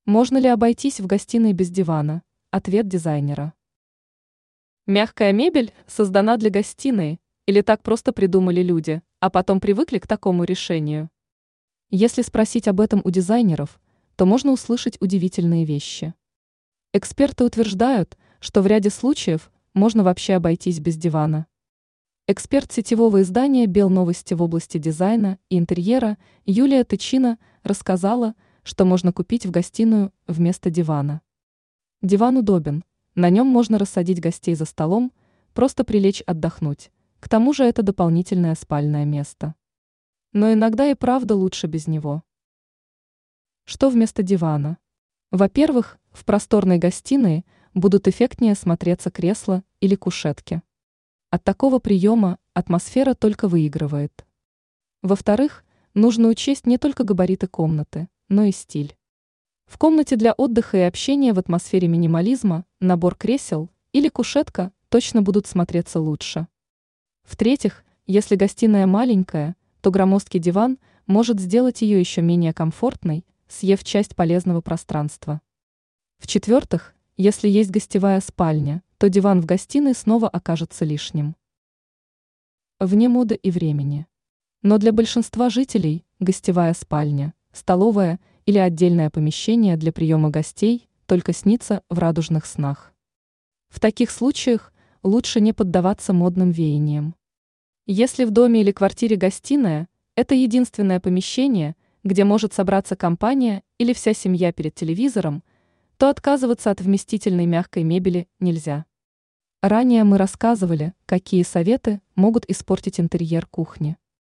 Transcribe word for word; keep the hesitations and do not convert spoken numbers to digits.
Можно ли обойтись в гостиной без дивана? Ответ дизайнера. Мягкая мебель создана для гостиной, или так просто придумали люди, а потом привыкли к такому решению? Если спросить об этом у дизайнеров, то можно услышать удивительные вещи. Эксперты утверждают, что в ряде случаев можно вообще обойтись без дивана. Эксперт сетевого издания «Белновости» в области дизайна и интерьера Юлия Тычина рассказала, что можно купить в гостиную вместо дивана. Диван удобен, на нем можно рассадить гостей за столом, просто прилечь отдохнуть, к тому же это дополнительное спальное место. Но иногда и правда лучше без него. Что вместо дивана? Во-первых, в просторной гостиной будут эффектнее смотреться кресла или кушетки. От такого приема атмосфера только выигрывает. Во-вторых, нужно учесть не только габариты комнаты, но и стиль. В комнате для отдыха и общения в атмосфере минимализма набор кресел или кушетка точно будут смотреться лучше. В-третьих, если гостиная маленькая, то громоздкий диван может сделать ее еще менее комфортной, съев часть полезного пространства. В-четвертых, если есть гостевая спальня, то диван в гостиной снова окажется лишним. Вне моды и времени. Но для большинства жителей гостевая спальня, столовая или отдельное помещение для приема гостей только снится в радужных снах. В таких случаях лучше не поддаваться модным веяниям. Если в доме или квартире гостиная – это единственное помещение, где может собраться компания или вся семья перед телевизором, то отказываться от вместительной мягкой мебели нельзя. Ранее мы рассказывали, какие советы могут испортить интерьер кухни.